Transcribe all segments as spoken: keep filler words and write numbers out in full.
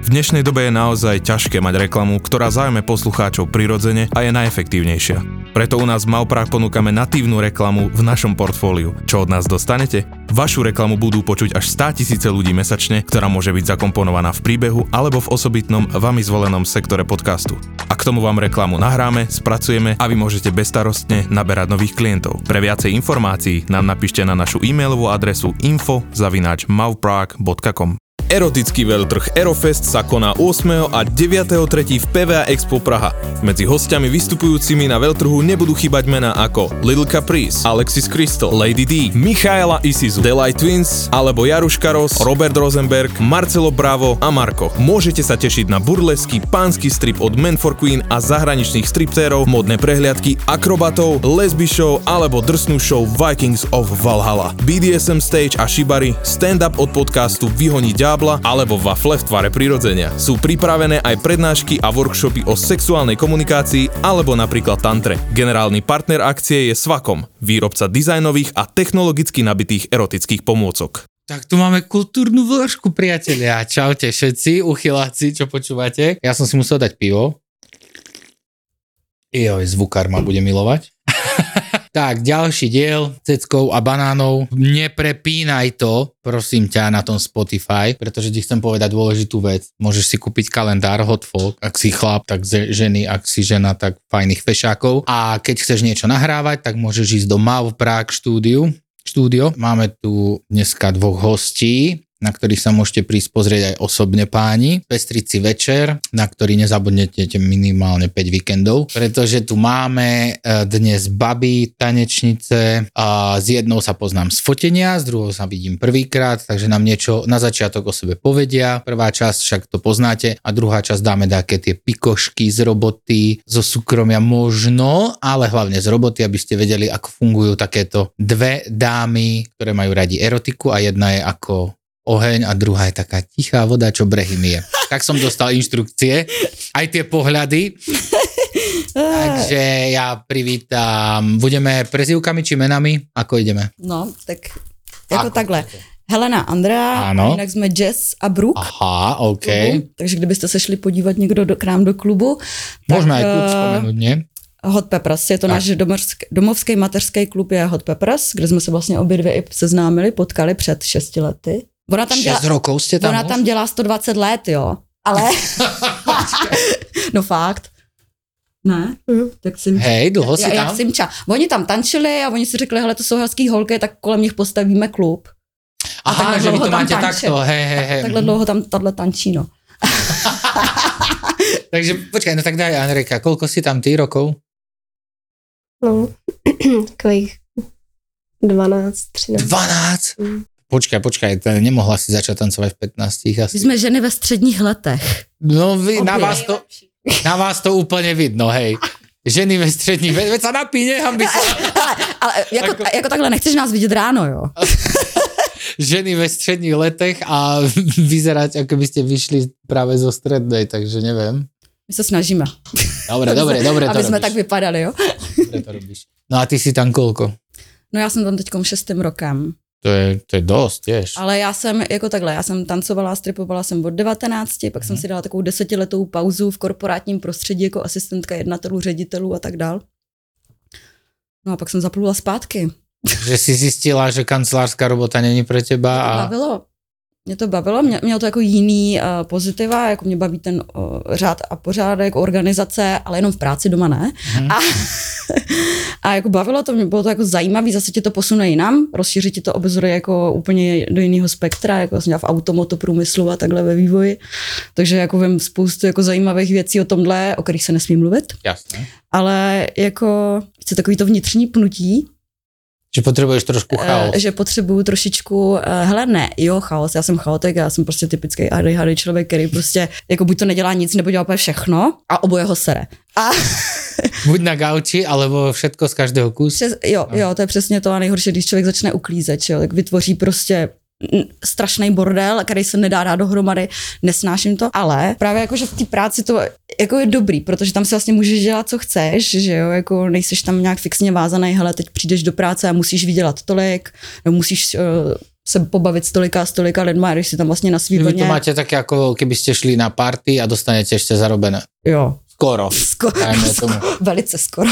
V dnešnej dobe je naozaj ťažké mať reklamu, ktorá zaujme poslucháčov prirodzene a je najefektívnejšia. Preto u nás v Mauprák ponúkame natívnu reklamu v našom portfóliu. Čo od nás dostanete? Vašu reklamu budú počuť až státisíce ľudí mesačne, ktorá môže byť zakomponovaná v príbehu alebo v osobitnom vami zvolenom sektore podcastu. A k tomu vám reklamu nahráme, spracujeme a vy môžete bezstarostne naberať nových klientov. Pre viacej informácií nám napíšte na našu e-mailovú adresu info zavináč mauprák bodka com. Erotický veľtrh Erofest sa koná ôsmeho a deviateho tretieho v pé vé á Expo Praha. Medzi hostiami vystupujúcimi na veľtrhu nebudú chýbať mená ako Little Caprice, Alexis Crystal, Lady D, Michaela Isizu, Delight Twins alebo Jaruška Ross, Robert Rosenberg, Marcelo Bravo a Marko. Môžete sa tešiť na burlesky, pánsky strip od Men for Queen a zahraničných striptérov, modné prehliadky, akrobatov, lesby show alebo drsnú show Vikings of Valhalla, bé dé es em stage a shibari, stand-up od podcastu Vyhoniť ďábla alebo wafle v tvare prirodzenia. Sú pripravené aj prednášky a workshopy o sexuálnej komunikácii alebo napríklad tantre. Generálny partner akcie je Svakom, výrobca dizajnových a technologicky nabitých erotických pomôcok. Tak tu máme kultúrnu vložku, priatelia. Čaute všetci, uchyláci, čo počúvate. Ja som si musel dať pivo. Joj, zvukár ma bude milovať. Tak, ďalší diel ceckou a banánov. Neprepínaj to, prosím ťa, na tom Spotify, pretože ti chcem povedať dôležitú vec. Môžeš si kúpiť kalendár Hot Folk, ak si chlap, tak ženy, ak si žena, tak fajných fešákov. A keď chceš niečo nahrávať, tak môžeš ísť do Mauprák štúdiu. štúdio. Máme tu dneska dvoch hostí, na ktorých sa môžete prísť pozrieť aj osobne páni. Pestriť si večer, na ktorý nezabudnete minimálne päť víkendov, pretože tu máme dnes baby, tanečnice a s jednou sa poznám z fotenia, s druhou sa vidím prvýkrát, takže nám niečo na začiatok o sebe povedia. Prvá časť však to poznáte a druhá časť dáme také tie pikošky z roboty, zo súkromia možno, ale hlavne z roboty, aby ste vedeli, ako fungujú takéto dve dámy, ktoré majú radi erotiku a jedna je ako oheň a druhá je taká tichá voda, čo brehy mije. Tak som dostal inštrukcie, aj tie pohľady. Takže ja privítam, budeme prezývkami či menami? Ako ideme? No, tak jako Ako? takhle. Helena, Andrea, Áno. a jinak jsme Jess a Brooke. Aha, OK. Klubu. Takže kdybyste se šli podívat někdo do, k nám do klubu. Môžeme tak, aj klub uh, spomenúť, nie? Hot Peppers, je to tak. náš domovský, domovský mateřský klub je Hot Peppers, kde jsme se vlastně obě dvě i seznámili, potkali před šesti lety. Ona tam dělá, šesť rokov ste tam ona už? tam dělá sto dvacet let, jo. Ale... no fakt. Ne? Tak sim... Hej, dlho si ja, tam? Jak Simča. Oni tam tančili a oni si řekli, hele, to jsou hezký holky, tak kolem nich postavíme klub. A Aha, že vy to máte tančí. takto, hej, hej, hej. Takhle dlouho tam tato tančí, no. Takže počkaj, no tak daj, Andrejka, koľko si tam ty rokov? No, takových dvanáct, třináct. dvanásť? Mm. Počkaj, počkaj, to nemohla si začať tancovať v pätnástich asi. My jsme ženy ve středních letech. No vy, na Obě. vás to, na vás to úplne vidno, hej. Ženy ve středních, ve, veď sa napí, nechám by sa. Ale, ale jako, Ako- jako takhle nechceš nás vidět ráno, jo? Ženy ve středních letech a vyzerať, ako by ste vyšli práve zo strednej, takže neviem. My se snažíme. Dobre, dobre, dobre to Aby jsme robíš. tak vypadali, jo? Dobre to robíš. No a ty si tam koľko? No já jsem tam teďkom šestým rokem. To je, to je dosť, tiež. Ale já jsem jako takhle, já jsem tancovala, stripovala jsem od devatenácti, pak Mhm. jsem si dala takovou desetiletou pauzu v korporátním prostředí jako asistentka jednatelů, ředitelů a tak dál. No a pak jsem zaplula zpátky. Že si zistila, že kancelárska robota není pre teba Mě to a... bavilo. Mě to bavilo, mě, mělo to jako jiný uh, pozitiva, jako mě baví ten uh, řád a pořádek, organizace, ale jenom v práci, doma ne. Mhm. A, a jako bavilo to, mě bylo to jako zajímavý, zase ti to posune jinam, rozšíří ti to obzory jako úplně do jiného spektra, jako jsem dělala v automotoprůmyslu a takhle ve vývoji. Takže jako vím spoustu jako zajímavých věcí o tomhle, o kterých se nesmí mluvit. Jasné. Ale jako chci takový to vnitřní pnutí, Že potrebuješ trošku chaos. že potřebuju trošičku, hele ne, jo chaos, já jsem chaotik, já jsem prostě typický A D H D člověk, který prostě jako buď to nedělá nic, nebo dělá úplně všechno a oboje ho sere. A Buď na gauči, alebo všetko z každého kusu. přes, jo, jo, to je přesně to a nejhorší, když člověk začne uklízet, jo, tak vytvoří prostě strašný bordel, který se nedá dát dohromady, nesnáším to, ale právě jako, že v té práci to jako je dobrý, protože tam si vlastně můžeš dělat, co chceš, že jo, jako nejseš tam nějak fixně vázaný, hele, teď přijdeš do práce a musíš vydělat tolik, nebo musíš uh, se pobavit s tolika a s tolika lidma, když si tam vlastně na svý Vy vlně. to máte také, ako keby ste šli na party a dostanete ešte zarobené. Jo. Skoro. Skoro. Dajme tomu. Velice skoro.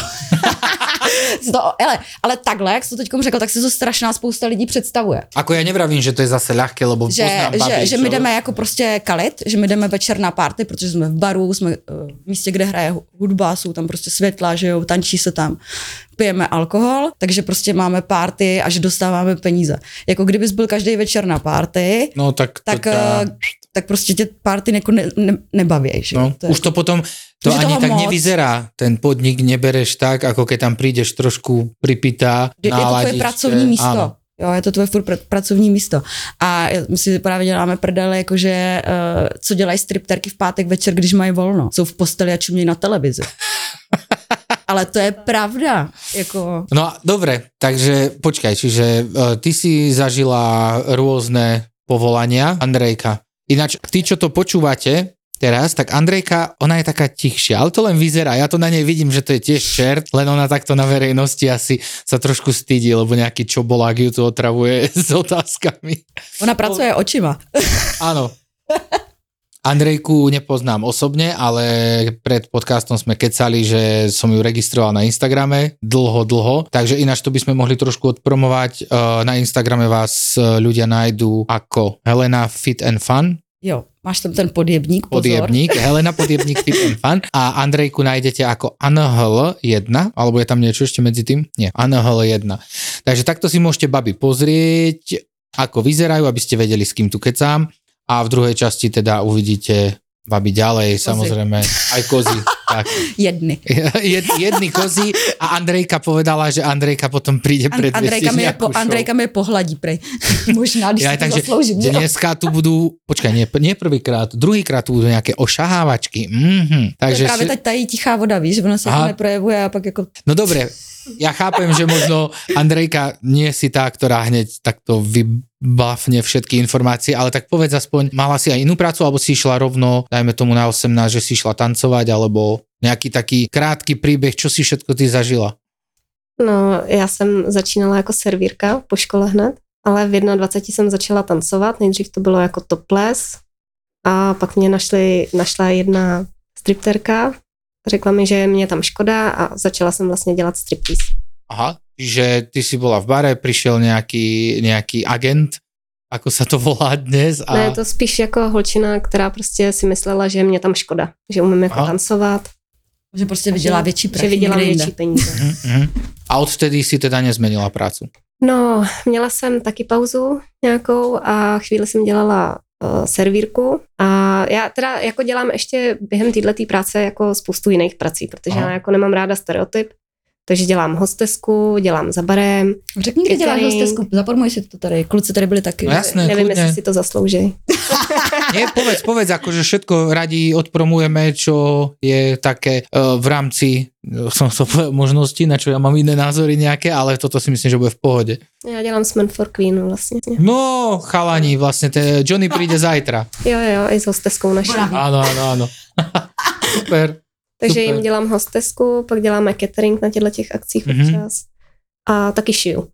to, ale, ale takhle, jak jsi to teďkom řekl, tak si to strašná spousta lidí představuje. Ako ja nevravím, že to je zase ľahké, lebo Že, poznám babi, že, že my čo- jdeme jako prostě kalit, že my jdeme večer na party, protože jsme v baru, jsme v místě, kde hraje hudba, jsou tam prostě světla, že jo, tančí se tam, pijeme alkohol, takže prostě máme party a že dostáváme peníze. Jako kdybys byl každý večer na party, No tak to tak, tá... eh, tak prostě tě party jako ne, ne, nebaví, že jo. No, To je už to potom, to Už je ani toho tak moc. nevyzerá. Ten podnik nebereš tak, ako keď tam prídeš trošku pripitá, Je, je to tvoje náladičke. pracovní místo. Áno. Jo, je to tvoje furt pr- pracovní místo. A my si právě děláme prdele, jakože uh, co dělají stripterky v pátek večer, když mají volno. Jsou v posteli a čumějí na televizi. Ale to je pravda. Jako... No dobre, takže počkaj, čiže uh, ty si zažila rôzne povolania, Andrejka. Ináč, tí, čo to počúvate teraz, tak Andrejka, ona je taká tichšia, ale to len vyzerá, ja to na nej vidím, že to je tiež čert, len ona takto na verejnosti asi sa trošku stydí, lebo nejaký čobolák ju tu otravuje s otázkami. Ona pracuje očima. Áno. Andrejku nepoznám osobne, ale pred podcastom sme kecali, že som ju registroval na Instagrame dlho, dlho, takže ináč to by sme mohli trošku odpromovať. Na Instagrame vás ľudia nájdú ako Helena Fit and Fun, Jo, máš tam ten podjebník, pozor. podjebník, Helena podjebník Fit and Fun a Andrejku nájdete ako A N H L jeden, alebo je tam niečo ešte medzi tým? Nie, A N H L jeden. Takže takto si môžete babi pozrieť, ako vyzerajú, aby ste vedeli, s kým tu kecám. A v druhej časti teda uvidíte babi ďalej, kozy. Samozrejme, aj kozy. Tak. Jedny. Jed, jedny kozy a Andrejka povedala, že Andrejka potom príde An- predviesť Andrejka, mi je nejakú po, show. Andrejka mi je pohladí prej. Možná, když Ja, si to takže zasloužím. jo. dneska tu budú, počkaj, nie, nie prvýkrát, druhýkrát tu budú nejaké ošahávačky. Mhm. Takže Takže právě si- teď tají tichá voda, víš, že ona se Aha. jako neprojevuje a pak jako... No dobre, ja chápem, že možno Andrejka nie si tá, ktorá hneď takto vybafne všetky informácie, ale tak povedz aspoň, mala si aj inú prácu, alebo si išla rovno, dajme tomu na osemnásť, že si išla tancovať, alebo nejaký taký krátky príbeh, čo si všetko ty zažila? No, já jsem začínala jako servírka po škole hned, ale v dvaceti jedné jsem začala tancovat, nejdřív to bylo jako topless a pak mě našli, našla jedna stripterka, řekla mi, že mě tam škoda a začala jsem vlastně dělat striptease. Aha, že ty si bola v bare, prišiel nejaký, nejaký agent, ako sa to volá dnes. A... Ne, to spíš jako holčina, která prostě si myslela, že mě tam škoda, že umím jako Aha. tancovat. Že prostě vydělá větší prachy. Že vydělám někde jinde. větší peníze. Uh-huh. A odvtedy si teda nezmenila prácu? No, měla jsem taky pauzu nějakou a chvíli jsem dělala uh, servírku a já teda jako dělám ještě během této práce jako spoustu jiných prací, protože Aha. já jako nemám ráda stereotyp, takže dělám hostesku, dělám za barem. Řekni, kde děláš Catering. hostesku, zapormuj si to tady, kluci tady byli taky. No jasné, Nevím, kľudne. jestli si to zaslouží. Nie, povedz, povedz, akože všetko radi odpromujeme, čo je také uh, v rámci uh, som to povedal, možnosti, na čo ja mám iné názory nejaké, ale toto si myslím, že bude v pohode. Já dělám Sman for Queen vlastně. No, chalani, vlastne, te, Johnny príde zajtra. Jo, jo, i s hosteskou naší. Áno, áno, áno. Super. Takže super. jim dělám hostesku, pak děláme catering na těchto těch akcích Mhm. občas. A taky šiju.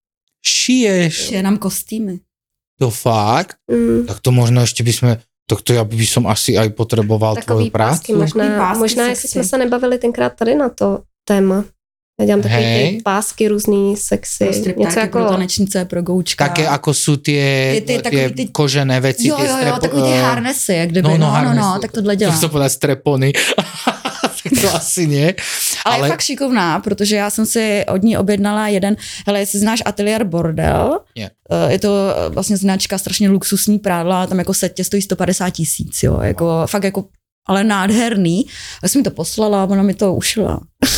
Šiješ. Je nám kostýmy. To fakt? Mm. Tak to možno ešte by sme, tak to ja by som asi aj potreboval Takový tvoju prácu. pásky, možná, Takový pásky možná sexy. jestli jsme se nebavili tenkrát tady na to téma. Já dělám takový Hej. ty pásky různý, sexy, Pro něco striptárky, jako... pro tanečnice, pro goučka. Také ako sú tie, Ty- ty tie takový ty- kožené veci. Jo, tie jo, jo, strepo- takový ty eh, harnesy, jak kdyby, no, no, no, no, no, harnesy. no tak tohle dělám. Chcem to povedať strepony. Tak to asi nie. Ale, Ale- je fakt šikovná, protože já jsem si od ní objednala jeden, hele, jestli znáš Atelier Bordel, Nie. eh, je to eh, vlastně značka strašně luxusní prádla, tam jako setě stojí sto padesát tisíc, jo, jako fakt jako, ale nádherný. Já jsem mi to poslala a ona mi to ušila.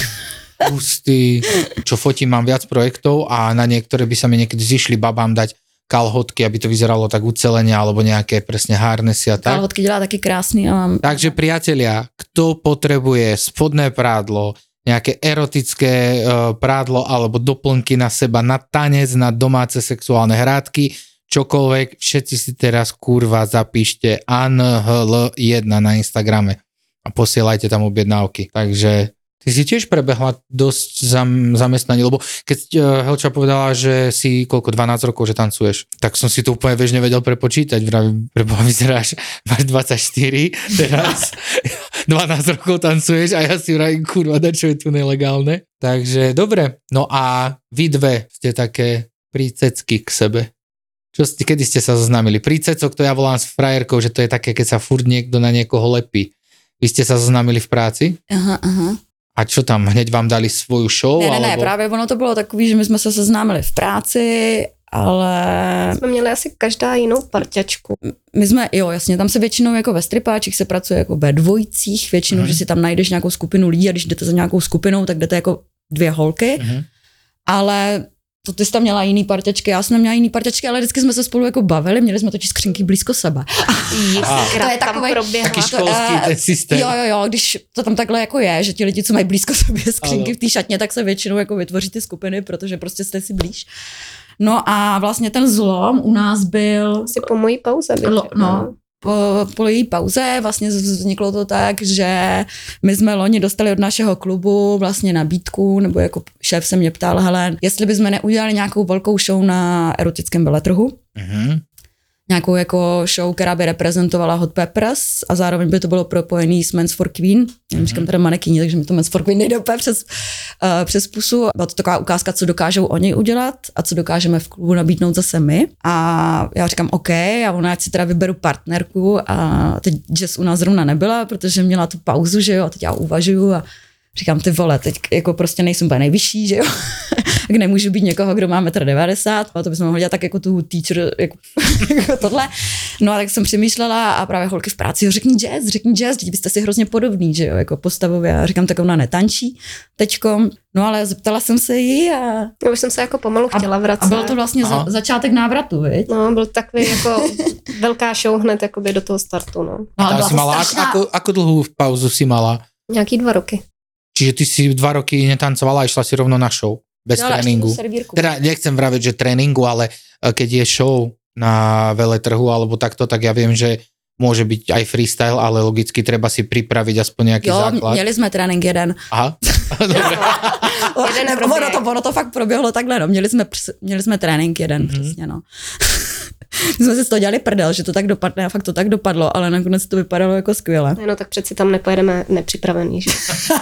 Pusty, čo fotím, mám viac projektov a na niektoré by sa mi niekedy zišli babám dať kalhotky, aby to vyzeralo tak ucelene, alebo nejaké presne harnesy a tak. Kalhotky dělá taky krásný a mám... Takže priatelia, kto potrebuje spodné prádlo, nejaké erotické uh, prádlo alebo doplnky na seba, na tanec, na domáce sexuálne hrádky, čokoľvek, všetci si teraz kurva zapíšte A N H L jeden na Instagrame a posielajte tam objednávky. Takže ty Ty si tiež prebehla dosť zam, zamestnaní, lebo keď uh, Helča povedala, že si koľko, dvanásť rokov, že tancuješ, tak som si to úplne bežne vedel prepočítať. Vravím, preboha, vyzeráš, máš dvadsaťštyri, teraz dvanásť rokov tancuješ a ja si vravím, kurva, da čo je tu nelegálne. Takže dobre, no a vy dve ste také prícecky k sebe. Čo ste, kedy ste sa zoznámili? Prícecok, to ja volám s frajerkou, že to je také, keď sa furt niekto na niekoho lepí. Vy ste sa zoznámili v práci? Aha, aha. A čo tam, hneď vám dali svoju show? Ne, ne, ne, alebo... právě ono to bylo takový, že my jsme se seznámili v práci, ale... Jsme měli asi každá jinou parťačku. My jsme, jo, jasně, tam se většinou jako ve stripáčích se pracuje jako ve dvojicích, většinou, Mhm. že si tam najdeš nějakou skupinu lidí a když jdete za nějakou skupinou, tak jdete jako dvě holky, Mhm. ale to ty jsi tam měla jiný parťačky, já jsem neměla jiný parťačky, ale vždycky jsme se spolu jako bavili, měli jsme totiž skřínky blízko sebe. Jistkrát To je tam takovej- proběhla. Taký školský eh, ten systém. Jo, jo, jo, když to tam takhle jako je, že ti lidi, co mají blízko sobě skřínky Ano. v té šatně, tak se většinou jako vytvoří ty skupiny, protože prostě jste si blíž. No a vlastně ten zlom u nás byl Asi po mojí pauze. bych Lo- řekla. no. po, po její pauze vlastně vzniklo to tak, že my jsme loni dostali od našeho klubu vlastně nabídku, nebo jako šéf se mě ptal, hele, jestli bychom neudělali nějakou velkou show na erotickém veletrhu, Mhm. nějakou jako show, která by reprezentovala Hot Peppers a zároveň by to bylo propojený s Men's for Queen. Já mm-hmm. říkám teda manekyní, takže mi to Men's for Queen nejde úplně přes, uh, přes pusu. Byla to taková ukázka, co dokážou oni udělat a co dokážeme v klubu nabídnout zase my. A já říkám OK, a ona ať si teda vyberu partnerku a teď Jess u nás zrovna nebyla, protože měla tu pauzu, že jo, a teď já uvažuju a říkám, ty vole, teď jako prostě nejsem úplně nejvyšší, že jo, tak nemůžu být někoho, kdo má metr devadesát, a to bychom mohli dělat tak jako tu teacher, jako, jako tohle. No a tak jsem přemýšlela a právě holky v práci, jo, řekni Jess, řekni Jess, teď byste si hrozně podobný, že jo, jako postavově. A říkám, tak ona netančí teďkom, no ale zeptala jsem se jí a, Já už jsem se jako pomalu chtěla vracet. a byl to vlastně za, Aha. začátek návratu, viď? No, byl takový jako velká show hned jakoby do toho startu, no. No, ale Tam byla si to mala, strašná- ako, ako dlhú pauzu si mala? Nějaký dva roky. Čiže ty si dva roky netancovala a išla si rovno na show? Bez Dala ešte tréningu? tú servírku. Teda nechcem vraviť, že tréningu, ale e, keď je show na veletrhu alebo takto, tak ja viem, že môže byť aj freestyle, ale logicky treba si pripraviť aspoň nejaký Jo, základ. měli jsme trénink jeden. Aha, dobre. Jeden ono, proběh. to, ono to fakt proběhlo takhle, no. Měli jsme, přes- měli jsme trénink jeden, Mhm. mm-hmm. přesně, no. My jsme si z toho dělali prdel, že to tak dopadne a fakt to tak dopadlo, ale nakonec to vypadalo jako skvěle. No tak přeci tam nepojedeme nepřipravený, že?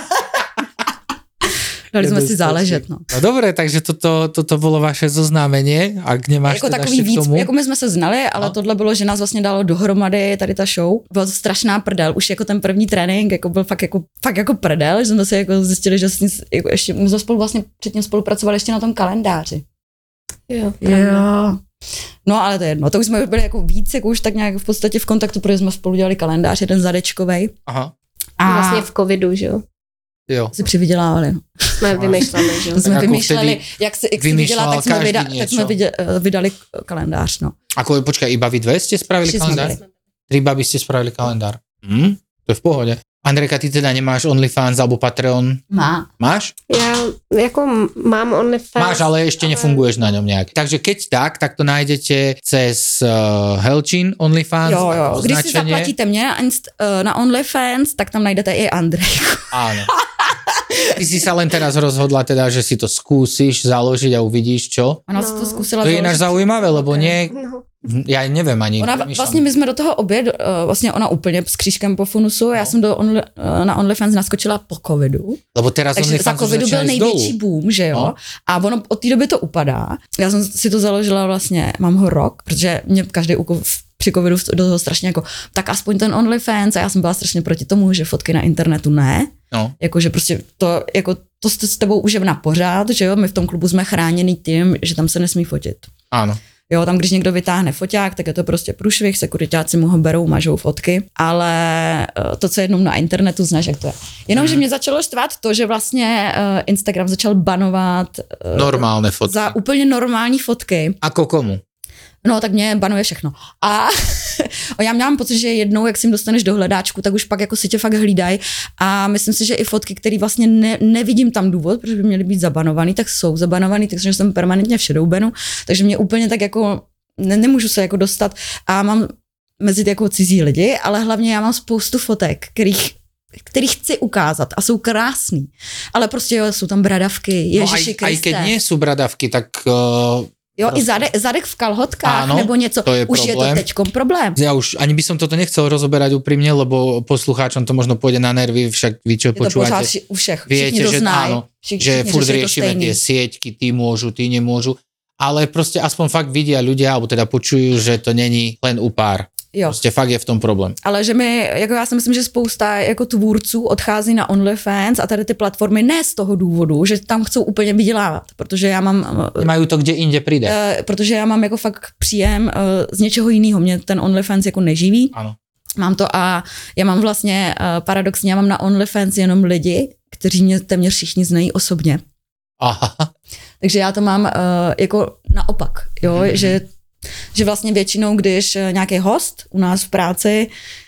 Dali jsme si Nedostačí. záležet, no. No dobre, takže toto, toto bolo vaše zoznámenie, ak nemáš Jako teda takový ešte k víc, tomu. jako my jsme se znali, ale No. tohle bylo, že nás vlastně dalo dohromady tady ta show. Byla to strašná prdel, už jako ten první trénink, jako byl fakt jako, fakt jako prdel, že jsme si jako zjistili, že vlastně, jako ještě, my jsme spolu vlastně předtím spolupracovali ještě na tom kalendáři. Jo. Jo. No ale to je jedno, to už jsme byli jako víc, jako už tak nějak v podstatě v kontaktu, protože jsme spolu dělali kalendář, jeden zadečkovej. Aha, A Vlastně v covidu, že jo? jo. si přivydělávali. No. Jsme vymýšleli, že jo? To jsme jako vymýšleli, vtedy jak si, jak si vymýšlel viděla, tak jsme, každý vyda, tak niečo. jsme vydě, vydali kalendář, no. Ako, počkaj, iba vy dve ste spravili Tři jsme kalendár? byli. Tri baby ste spravili kalendár. Hm? To je v pohode. Andrejka, ty teda nemáš OnlyFans alebo Patreon? Má. Máš? Já jako mám OnlyFans. Máš, ale ešte nefunguješ na ňom nejak. Takže keď tak, tak to nájdete cez uh, Helčin OnlyFans. Jo, jo. Když si označenie. zaplatíte mě na, Inst, eh, na OnlyFans, tak tam najdete i Andrej. Áno. Ty si sa len teraz rozhodla teda, že si to skúsiš založiť a uvidíš čo. Ona No. si to zkusila To je ináč založit. zaujímavé, lebo Ok. nie, No. ja neviem ani. Ona premýšľam. vlastně, my jsme do toho obě, uh, vlastně ona úplně s křížkem po funusu, já jsem do only, uh, na OnlyFans naskočila po covidu, Lebo teraz takže za OnlyFans už covidu byl začína ísť největší dolu. boom, že jo, No. a ono od té doby to upadá. Já jsem si to založila vlastně, mám ho rok, protože mě každý úkol při covidu do toho strašně jako, tak aspoň ten OnlyFans, a já jsem byla strašně proti tomu, že fotky na internetu ne, No. jakože prostě to, jako to s tebou už je na pořád, že jo, my v tom klubu jsme chráněný tím, že tam se nesmí fotit. Áno. Jo, tam když někdo vytáhne foťák, tak je to prostě průšvih, sekuritáci mu ho berou, mažou fotky, ale eh, to, co je jenom na internetu, znáš, jak to je. Jenomže mě začalo štvát to, že vlastně uh, Instagram začal banovat uh, Normálne fotky. za úplně normální fotky. Ako komu? No, tak mě banuje všechno. A já mám pocit, že jednou, jak si jim dostaneš do hledáčku, tak už pak jako si tě fakt hlídají. A myslím si, že i fotky, které vlastně ne, nevidím tam důvod, protože by měly být zabanovaný, tak jsou zabanovaný, takže jsem permanentně v shadow takže mě úplně tak jako ne, nemůžu se jako dostat a mám mezi jako cizí lidi, ale hlavně já mám spoustu fotek, kterých který chci ukázat a jsou krásný. Ale prostě jo, jsou tam bradavky, Ježiši no, aj, aj keď nie sú bradavky, tak... Uh, jo, proste... i zadek, zadek v kalhotkách áno, nebo něco, to je už problém. je to teďkom problém. Ja už ani by som toto nechcel rozoberať úprimne, lebo poslucháčom to možno pôjde na nervy, však vy čo je počúvate. Je to u všech, viete, všichni to že znají. áno, Všichni, že všichni furt řeší to riešime stejný. tie sieťky, tí môžu, tí nemôžu, ale proste aspoň fakt vidia ľudia, alebo teda počujú, že to není len u pár. Jo. Prostě fakt je v tom problém. Ale že my, jako já si myslím, že spousta jako tvůrců odchází na OnlyFans a tady ty platformy ne z toho důvodu, že tam chcou úplně vydělávat, protože já mám... Mají to kde jinde přijde. Uh, protože já mám jako fakt příjem uh, z něčeho jiného. Mě ten OnlyFans jako neživí. Ano. Mám to a já mám vlastně uh, paradoxně, já mám na OnlyFans jenom lidi, kteří mě téměř všichni znají osobně. Aha. Takže já to mám uh, jako naopak, jo, mm-hmm. že že vlastně většinou, když nějaký host u nás v práci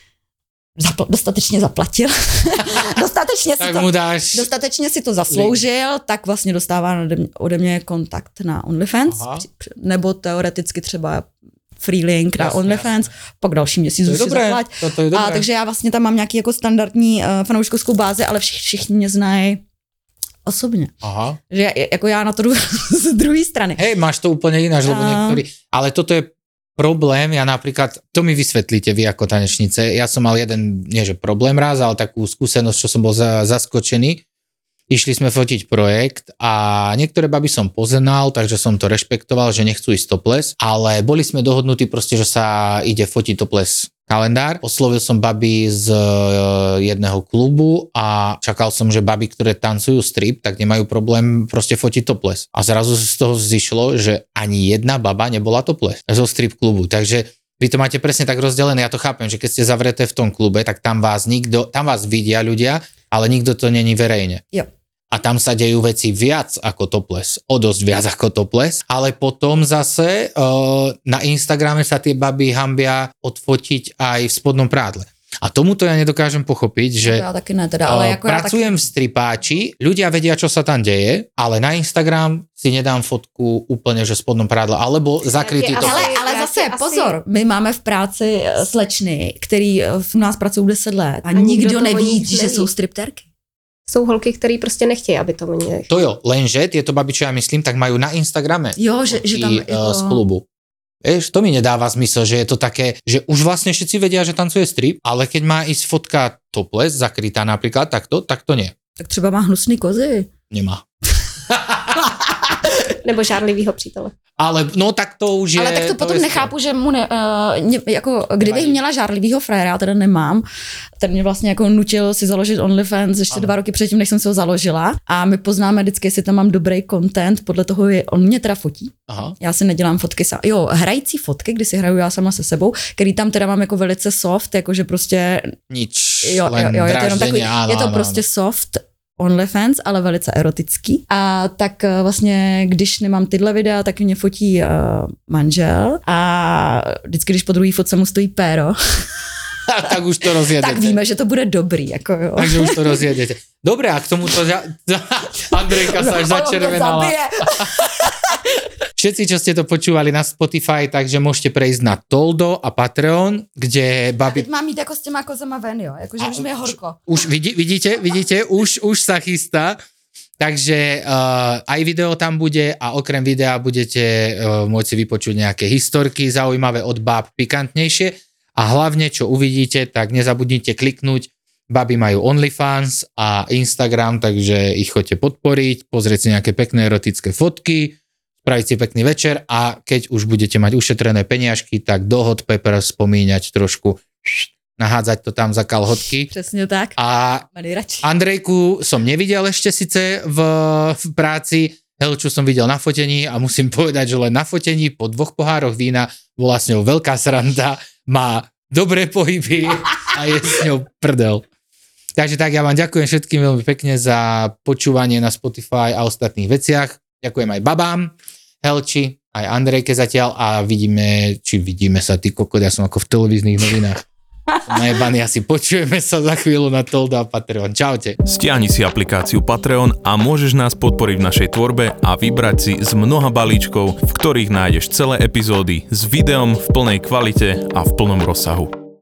zapl- dostatečně zaplatil, dostatečně, si tak to, mu dáš... dostatečně si to zasloužil, tak vlastně dostává ode mě, ode mě kontakt na OnlyFans, Aha. nebo teoreticky třeba free link na Jasně, OnlyFans, jasně. pak další měsíc to už si zaplať. To, to je dobré. A takže já vlastně tam mám nějaký jako standardní uh, fanouškovskou bázi, ale všichni, všichni mě znají osobně. Aha. Že jako já na to jdu z druhé strany. Hej, máš to úplne ináč, lebo A... niektorí... Ale toto je problém, ja napríklad, to mi vysvetlíte vy ako tanečnice, ja som mal jeden, nie že problém raz, ale takú skúsenosť, čo som bol za, zaskočený. Išli sme fotiť projekt a niektoré baby som poznal, takže som to rešpektoval, že nechcú ísť topless, ale boli sme dohodnutí proste, že sa ide fotiť topless kalendár. Oslovil som baby z jedného klubu a čakal som, že baby, ktoré tancujú strip, tak nemajú problém proste fotiť topless. A zrazu z toho zišlo, že ani jedna baba nebola topless zo strip klubu, takže vy to máte presne tak rozdelené, ja to chápem, že keď ste zavreté v tom klube, tak tam vás nikto, tam vás vidia ľudia, ale nikto to není verejne. Jo. A tam sa dejú veci viac ako topless, o dosť viac ako topless, ale potom zase uh, na Instagrame sa tie baby hambia odfotiť aj v spodnom prádle. A tomuto ja nedokážem pochopiť, že já taky ne teda, ale uh, jako pracujem já taky... v stripáči, ľudia vedia, čo sa tam deje, ale na Instagram si nedám fotku úplne, že v spodnom prádle, alebo zakrytý Ale- to. Ale, ale Já zase ti asi- pozor, my máme v práci eh, slečny, který eh, v nás pracují deset let a, A nikdo nikdo to o neví, nich že neví. jsou stripterky. Jsou holky, které prostě nechtějí, aby to oni nechtějí. To jo, lenže tieto baby, čo ja myslím, tak majú na Instagrame Jo, že, že tam fotky, jako... uh, z klubu. Vieš, to mi nedáva zmysel, že je to také, že už vlastne všetci vedia, že tancuje strip, ale keď má ísť fotka topless, zakrytá napríklad, tak to, tak to nie. Tak třeba má hnusný kozy. Nemá. Nebo žárlivýho přítele. Ale no tak to už je... Ale tak to potom je nechápu, že mu ne, uh, ne, jako kdybych Nevadí. měla žárlivýho frajera, já teda nemám, ten mě vlastně jako nutil si založit OnlyFans ještě Ano. dva roky předtím, než jsem si ho založila a my poznáme vždycky, jestli tam mám dobrý content, podle toho je, on mě teda fotí. Aha. Já si nedělám fotky sám. Jo, hrající fotky, kdy si hraju já sama se sebou, který tam teda mám jako velice soft, jakože prostě... Nič, Jo, len jo, jo, je to jenom takový, dráždenie, áno, je to áno, prostě áno. soft OnlyFans, ale velice erotický. A tak eh, vlastně, když nemám tyhle videa, tak mě fotí uh, manžel a vždycky, když po druhý fotce mu stojí péro, tak už to rozjedete. tak víme, že to bude dobrý. Jako jo. Takže už to rozjedete. Dobre, a k tomuto... Ža... Andrejka sa až Ono mě začervenala. zabije. Všetci, čo ste to počúvali na Spotify, takže môžete prejsť na Toldo a Patreon, kde A babi... teď mám jít jako s těma kozama ven, jo. Jakože už mi je horko. Už vidí, vidíte, vidíte, už, už sa chystá. Takže uh, aj video tam bude a okrem videa budete uh, môcť si vypočuť nejaké historky zaujímavé od báb, pikantnejšie. A hlavne, čo uvidíte, tak nezabudnite kliknúť. Baby majú OnlyFans a Instagram, takže ich choďte podporiť, pozrieť si nejaké pekné erotické fotky, spraviť si pekný večer a keď už budete mať ušetrené peniažky, tak do Hot Pepper spomíňať trošku, nahádzať to tam za kalhotky. Přesně tak. A Má nejradši. Andrejku som nevidel ešte sice v, v práci, Helču som videl na fotení a musím povedať, že len na fotení po dvoch pohároch vína bola s ňou veľká sranda, má dobré pohyby a je s ňou prdel. Takže tak, ja vám ďakujem všetkým veľmi pekne za počúvanie na Spotify a ostatných veciach. Ďakujem aj babám, Helči, aj Andrejke zatiaľ a vidíme, či vidíme sa, ty kokot, ja som ako v televíznych novinách. Najebaný, asi počujeme sa za chvíľu na Toldo a Patreon. Čaute. Stiahni si aplikáciu Patreon a môžeš nás podporiť v našej tvorbe a vybrať si z mnoha balíčkov, v ktorých nájdeš celé epizódy s videom v plnej kvalite a v plnom rozsahu.